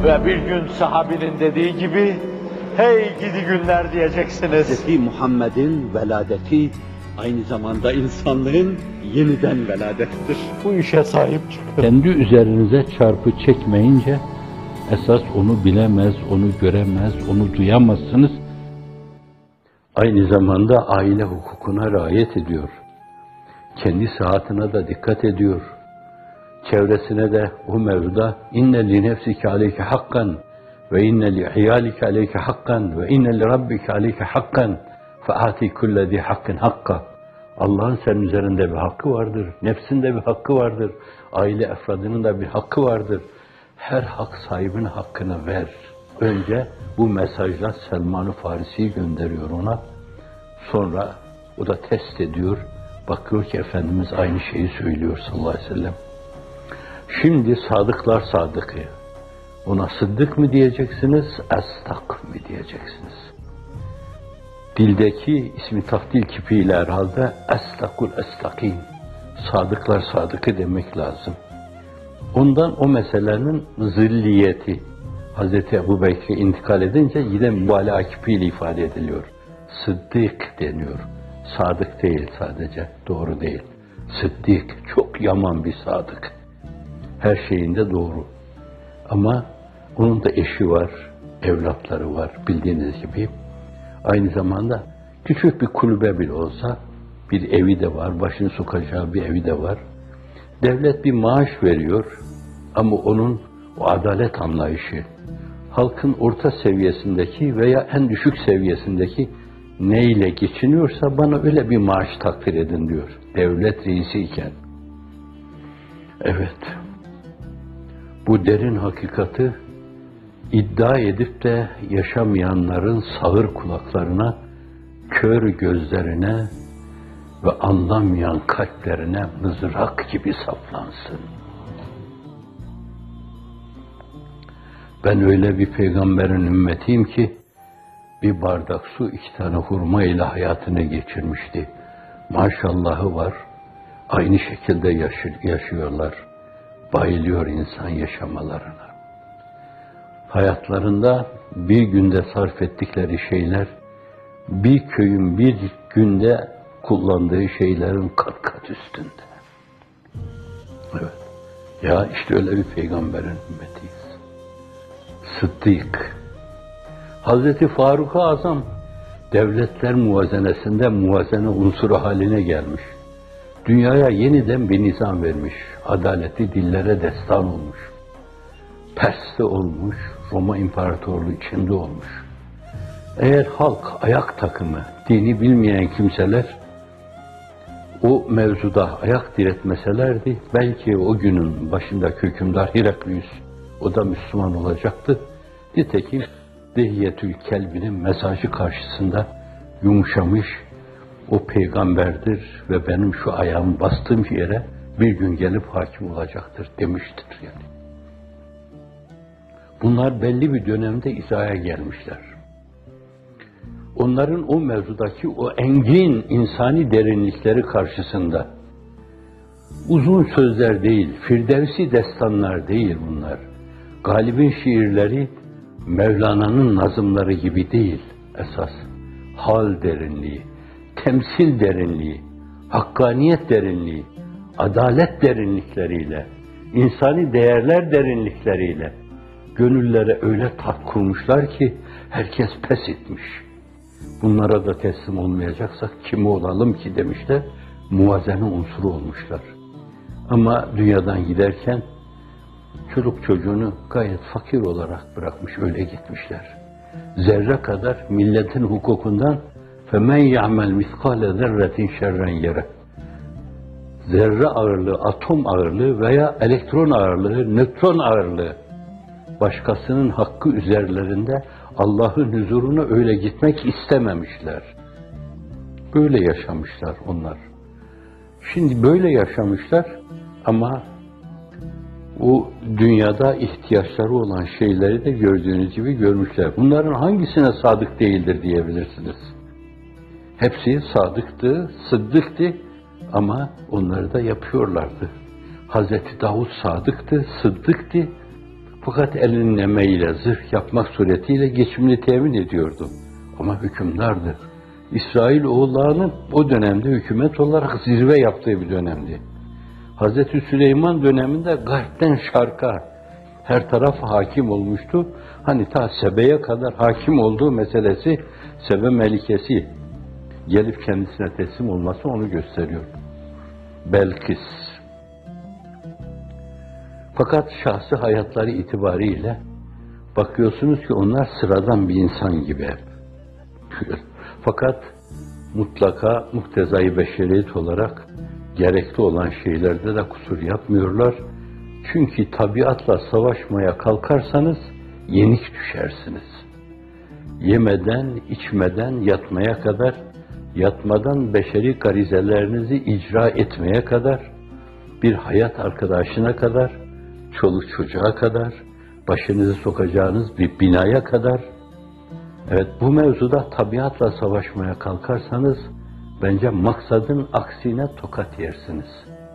Ve bir gün sahabinin dediği gibi, hey gidi günler diyeceksiniz. Hz. Muhammed'in veladeti aynı zamanda insanlığın yeniden veladettir. Bu işe sahip çıkın. Kendi üzerinize çarpı çekmeyince, esas onu bilemez, onu göremez, onu duyamazsınız. Aynı zamanda aile hukukuna riayet ediyor. Kendi saatine de dikkat ediyor. Çevresine de o mevzuda inne li nefsike aleyke hakkan ve inne li iyalike aleyke hakkan ve inne li rabbike aleyke hakkan fe ati kulle zi hakkin hakka. Allah'ın senin üzerinde bir hakkı vardır, nefsinde bir hakkı vardır, aile efradının da bir hakkı vardır. Her hak sahibine hakkını ver. Önce bu mesajla Selman-ı Farisi'yi gönderiyor ona. Sonra o da test ediyor. Bakıyor ki Efendimiz aynı şeyi söylüyor sallallahu aleyhi ve sellem. Şimdi sadıklar sadıkı. Ona sıddık mı diyeceksiniz, estak mı diyeceksiniz? Dildeki ismi tafdil kipiyle herhalde estakul estakim. Sadıklar sadıkı demek lazım. Ondan o meselenin zilliyeti Hazreti Ebu Bekir'e intikal edince yine mübalağa kipiyle ifade ediliyor. Sıddık deniyor. Sadık değil sadece, doğru değil. Sıddık, çok yaman bir sadık. Her şeyinde doğru. Ama onun da eşi var, evlatları var bildiğiniz gibi. Aynı zamanda küçük bir kulübe bile olsa bir evi de var, başını sokacağı bir evi de var. Devlet bir maaş veriyor ama onun o adalet anlayışı, halkın orta seviyesindeki veya en düşük seviyesindeki neyle geçiniyorsa bana öyle bir maaş takdir edin diyor. Devlet reisiyken. Evet. Bu derin hakikati iddia edip de yaşamayanların sağır kulaklarına, kör gözlerine ve anlamayan kalplerine mızrak gibi saplansın. Ben öyle bir peygamberin ümmetiyim ki, bir bardak su 2 tane hurma ile hayatını geçirmişti. Maşallahı var, aynı şekilde yaşıyorlar. Bayılıyor insan yaşamalarına. Hayatlarında bir günde sarf ettikleri şeyler, bir köyün bir günde kullandığı şeylerin kat kat üstünde. Evet. Ya işte öyle bir peygamberin ümmetiyiz. Sıddık. Hazreti Faruk-ı Azam devletler muvazenesinde muvazene unsuru haline gelmiş. Dünyaya yeniden bir nizam vermiş. Adaleti dillere destan olmuş. Pers'te olmuş, Roma İmparatorluğu içinde olmuş. Eğer halk, ayak takımı, dini bilmeyen kimseler o mevzuda ayak diretmeselerdi, belki o günün başındaki hükümdar Heraklius, o da Müslüman olacaktı. Nitekim Dihiyetül Kelbi'nin mesajı karşısında yumuşamış, o peygamberdir ve benim şu ayağımı bastığım yere bir gün gelip hakim olacaktır demiştir yani. Bunlar belli bir dönemde izaya gelmişler. Onların o mevzudaki o engin insani derinlikleri karşısında uzun sözler değil, Firdevsi destanlar değil bunlar. Galip'in şiirleri Mevlana'nın nazımları gibi değil esas. Hal derinliği, temsil derinliği, hakkaniyet derinliği, adalet derinlikleriyle, insani değerler derinlikleriyle gönüllere öyle tat kurmuşlar ki herkes pes etmiş. Bunlara da teslim olmayacaksak kimi olalım ki demişler, muvazene unsuru olmuşlar. Ama dünyadan giderken çoluk çocuğunu gayet fakir olarak bırakmış, öyle gitmişler. Zerre kadar milletin hukukundan فَمَنْ يَعْمَلْ مِثْقَالَ ذَرَّةٍ شَرًّا يَرَى. Zerre ağırlığı, atom ağırlığı veya elektron ağırlığı, nötron ağırlığı başkasının hakkı üzerlerinde Allah'ın huzuruna öyle gitmek istememişler. Böyle yaşamışlar onlar. Şimdi böyle yaşamışlar ama o dünyada ihtiyaçları olan şeyleri de gördüğünüz gibi görmüşler. Bunların hangisine sadık değildir diyebilirsiniz. Hepsi sadıktı, sıddıktı ama onları da yapıyorlardı. Hazreti Davud sadıktı, sıddıktı Fakat elinin emeğiyle, zırh yapmak suretiyle geçimini temin ediyordu. Ama hükümdardı. İsrail oğullarının o dönemde hükümet olarak zirve yaptığı bir dönemdi. Hazreti Süleyman döneminde garpten şarka her taraf hakim olmuştu. Hani ta Sebe'ye kadar hakim olduğu meselesi, Sebe melikesi gelip kendisine teslim olması onu gösteriyor. Belkıs. Fakat şahsi hayatları itibariyle bakıyorsunuz ki onlar sıradan bir insan gibi hep. Fakat mutlaka muktezai beşeriyet olarak gerekli olan şeylerde de kusur yapmıyorlar. Çünkü tabiatla savaşmaya kalkarsanız yenik düşersiniz. Yemeden, içmeden, yatmaya kadar, yatmadan beşeri garizelerinizi icra etmeye kadar, bir hayat arkadaşına kadar, çoluk çocuğa kadar, başınızı sokacağınız bir binaya kadar, evet bu mevzuda tabiatla savaşmaya kalkarsanız, bence maksadın aksine tokat yersiniz.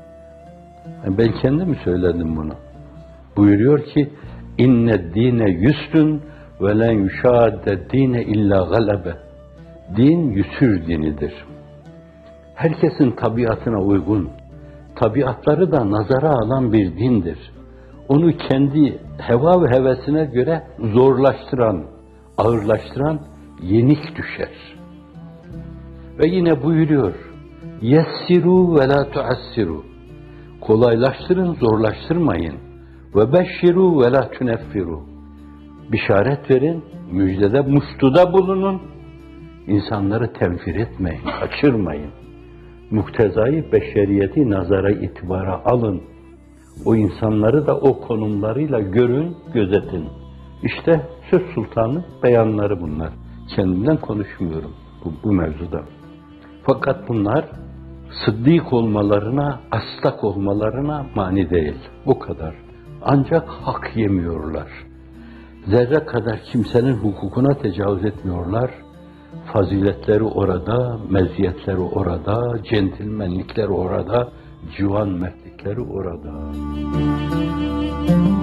Ben kendim söyledim bunu. Buyuruyor ki, inne dine yusrun ve len yuşadde dine illa galebe. Din yüsür dinidir. Herkesin tabiatına uygun, tabiatları da nazara alan bir dindir. Onu kendi heva ve hevesine göre zorlaştıran, ağırlaştıran yenik düşer. Ve yine buyuruyor, yessiru ve la tuassiru. Kolaylaştırın, zorlaştırmayın. Ve beşşiru ve la tuneffiru. Bişaret verin, müjdede, muştuda bulunun. İnsanları tenfir etmeyin, kaçırmayın. Muktezai beşeriyeti nazara, itibara alın. O insanları da o konumlarıyla görün, gözetin. İşte Söz Sultanı beyanları bunlar. Kendimden konuşmuyorum bu mevzuda. Fakat bunlar sıddık olmalarına, aslak olmalarına mani değil. Bu kadar. Ancak hak yemiyorlar. Zerre kadar kimsenin hukukuna tecavüz etmiyorlar. Faziletleri orada, meziyetleri orada, centilmenlikleri orada, civan mertlikleri orada.